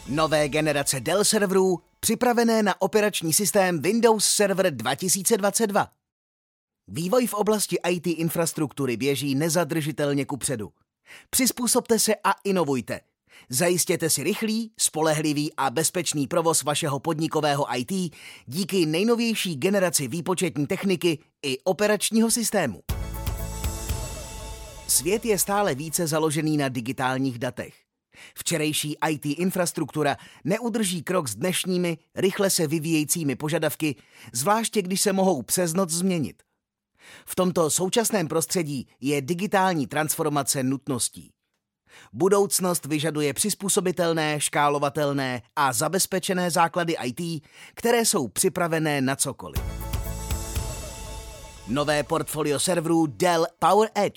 Nové generace Dell serverů připravené na operační systém Windows Server 2022. Vývoj v oblasti IT infrastruktury běží nezadržitelně kupředu. Přizpůsobte se a inovujte. Zajistěte si rychlý, spolehlivý a bezpečný provoz vašeho podnikového IT díky nejnovější generaci výpočetní techniky i operačního systému. Svět je stále více založený na digitálních datech. Včerejší IT infrastruktura neudrží krok s dnešními, rychle se vyvíjejícími požadavky, zvláště když se mohou přes noc změnit. V tomto současném prostředí je digitální transformace nutností. Budoucnost vyžaduje přizpůsobitelné, škálovatelné a zabezpečené základy IT, které jsou připravené na cokoliv. Nové portfolio serverů Dell PowerEdge.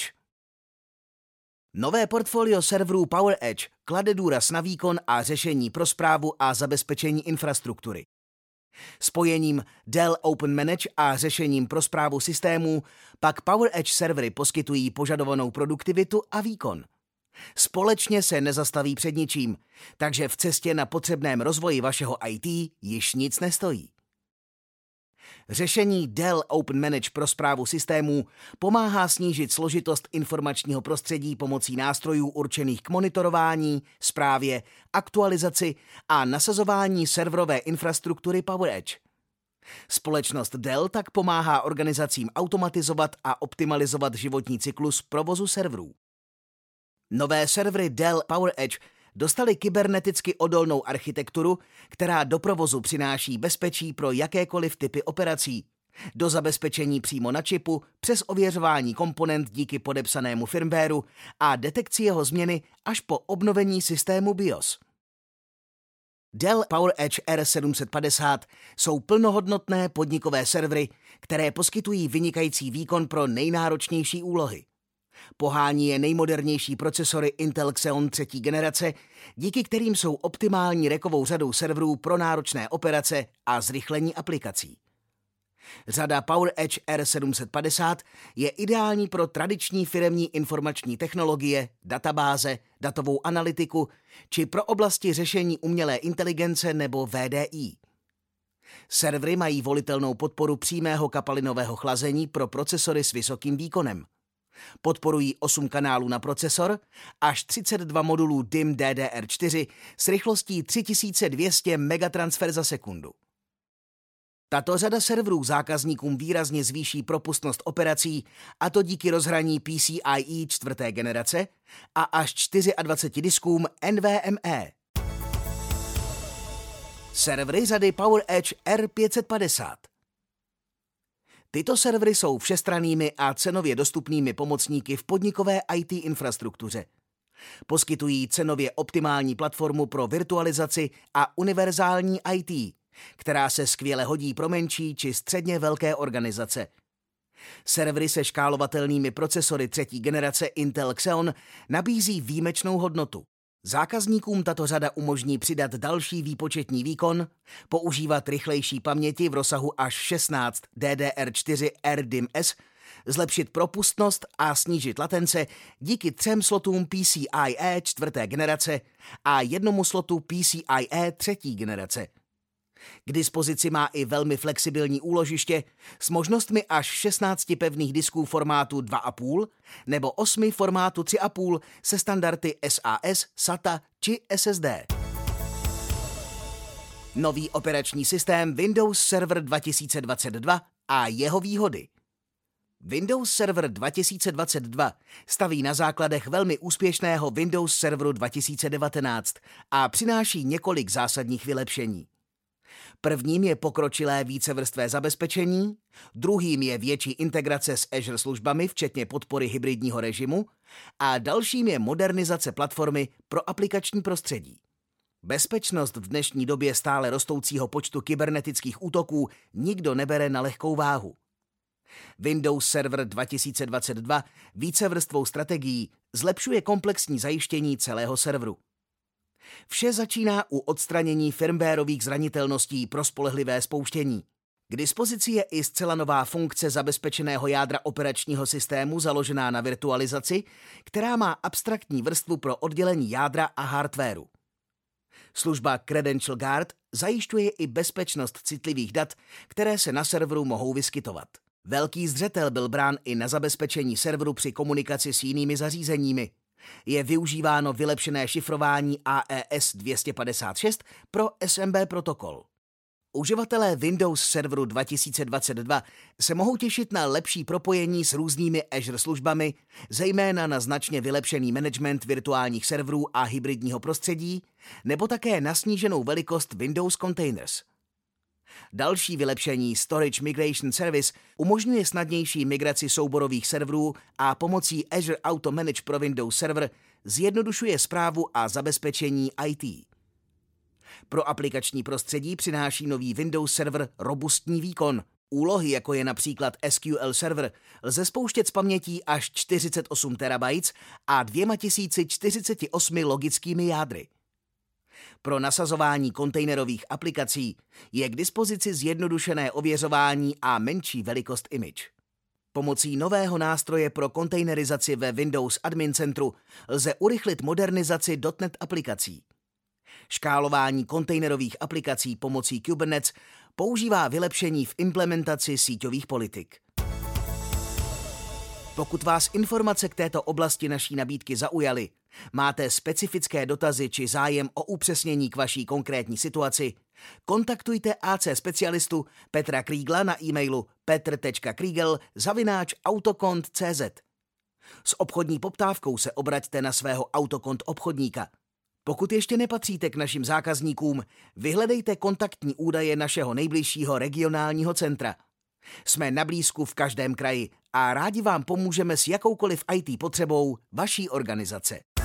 Nové portfolio serverů PowerEdge klade důraz na výkon a řešení pro správu a zabezpečení infrastruktury. Spojením Dell Open Manage a řešením pro správu systémů pak PowerEdge servery poskytují požadovanou produktivitu a výkon. Společně se nezastaví před ničím, takže v cestě na potřebném rozvoji vašeho IT již nic nestojí. Řešení Dell Open Manage pro správu systémů pomáhá snížit složitost informačního prostředí pomocí nástrojů určených k monitorování, správě, aktualizaci a nasazování serverové infrastruktury PowerEdge. Společnost Dell tak pomáhá organizacím automatizovat a optimalizovat životní cyklus provozu serverů. Nové servery Dell PowerEdge dostaly kyberneticky odolnou architekturu, která do provozu přináší bezpečí pro jakékoliv typy operací, do zabezpečení přímo na čipu, přes ověřování komponent díky podepsanému firmwareu a detekci jeho změny až po obnovení systému BIOS. Dell PowerEdge R750 jsou plnohodnotné podnikové servery, které poskytují vynikající výkon pro nejnáročnější úlohy. Pohání je nejmodernější procesory Intel Xeon 3. generace, díky kterým jsou optimální rackovou řadou serverů pro náročné operace a zrychlení aplikací. Řada PowerEdge R750 je ideální pro tradiční firemní informační technologie, databáze, datovou analytiku či pro oblasti řešení umělé inteligence nebo VDI. Servery mají volitelnou podporu přímého kapalinového chlazení pro procesory s vysokým výkonem. Podporují 8 kanálů na procesor, až 32 modulů DIMM DDR4 s rychlostí 3200 megatransfer za sekundu. Tato řada serverů zákazníkům výrazně zvýší propustnost operací, a to díky rozhraní PCIe 4. generace a až 24 diskům NVMe. Servery řady PowerEdge R550. Tyto servery jsou všestrannými a cenově dostupnými pomocníky v podnikové IT infrastruktuře. Poskytují cenově optimální platformu pro virtualizaci a univerzální IT, která se skvěle hodí pro menší či středně velké organizace. Servery se škálovatelnými procesory 3. generace Intel Xeon nabízí výjimečnou hodnotu. Zákazníkům tato řada umožní přidat další výpočetní výkon, používat rychlejší paměti v rozsahu až 16 DDR4 RDIMM-S, zlepšit propustnost a snížit latence díky 3 slotům PCIe 4. generace a 1 slotu PCIe 3. generace. K dispozici má i velmi flexibilní úložiště s možnostmi až 16 pevných disků formátu 2,5 nebo 8 formátu 3,5 se standardy SAS, SATA či SSD. Nový operační systém Windows Server 2022 a jeho výhody. Windows Server 2022 staví na základech velmi úspěšného Windows Serveru 2019 a přináší několik zásadních vylepšení. Prvním je pokročilé vícevrstvé zabezpečení, druhým je větší integrace s Azure službami, včetně podpory hybridního režimu, a dalším je modernizace platformy pro aplikační prostředí. Bezpečnost v dnešní době stále rostoucího počtu kybernetických útoků nikdo nebere na lehkou váhu. Windows Server 2022 vícevrstvou strategií zlepšuje komplexní zajištění celého serveru. Vše začíná u odstranění firmwarových zranitelností pro spolehlivé spouštění. K dispozici je i zcela nová funkce zabezpečeného jádra operačního systému založená na virtualizaci, která má abstraktní vrstvu pro oddělení jádra a hardwaru. Služba Credential Guard zajišťuje i bezpečnost citlivých dat, které se na serveru mohou vyskytovat. Velký zřetel byl brán i na zabezpečení serveru při komunikaci s jinými zařízeními. Je využíváno vylepšené šifrování AES 256 pro SMB protokol. Uživatelé Windows Serveru 2022 se mohou těšit na lepší propojení s různými Azure službami, zejména na značně vylepšený management virtuálních serverů a hybridního prostředí, nebo také na sníženou velikost Windows Containers. Další vylepšení Storage Migration Service umožňuje snadnější migraci souborových serverů a pomocí Azure Auto Manage pro Windows Server zjednodušuje správu a zabezpečení IT. Pro aplikační prostředí přináší nový Windows Server robustní výkon. Úlohy, jako je například SQL Server, lze spouštět z pamětí až 48 TB a 2048 logickými jádry. Pro nasazování kontejnerových aplikací je k dispozici zjednodušené ověřování a menší velikost image. Pomocí nového nástroje pro kontejnerizaci ve Windows Admin Centru lze urychlit modernizaci .NET aplikací. Škálování kontejnerových aplikací pomocí Kubernetes používá vylepšení v implementaci síťových politik. Pokud vás informace k této oblasti naší nabídky zaujaly, máte specifické dotazy či zájem o upřesnění k vaší konkrétní situaci, kontaktujte AC specialistu Petra Kriegla na e-mailu petr.kriegel@autokont.cz. S obchodní poptávkou se obraťte na svého Autokont obchodníka. Pokud ještě nepatříte k našim zákazníkům, vyhledejte kontaktní údaje našeho nejbližšího regionálního centra. Jsme na blízku v každém kraji a rádi vám pomůžeme s jakoukoliv IT potřebou vaší organizace.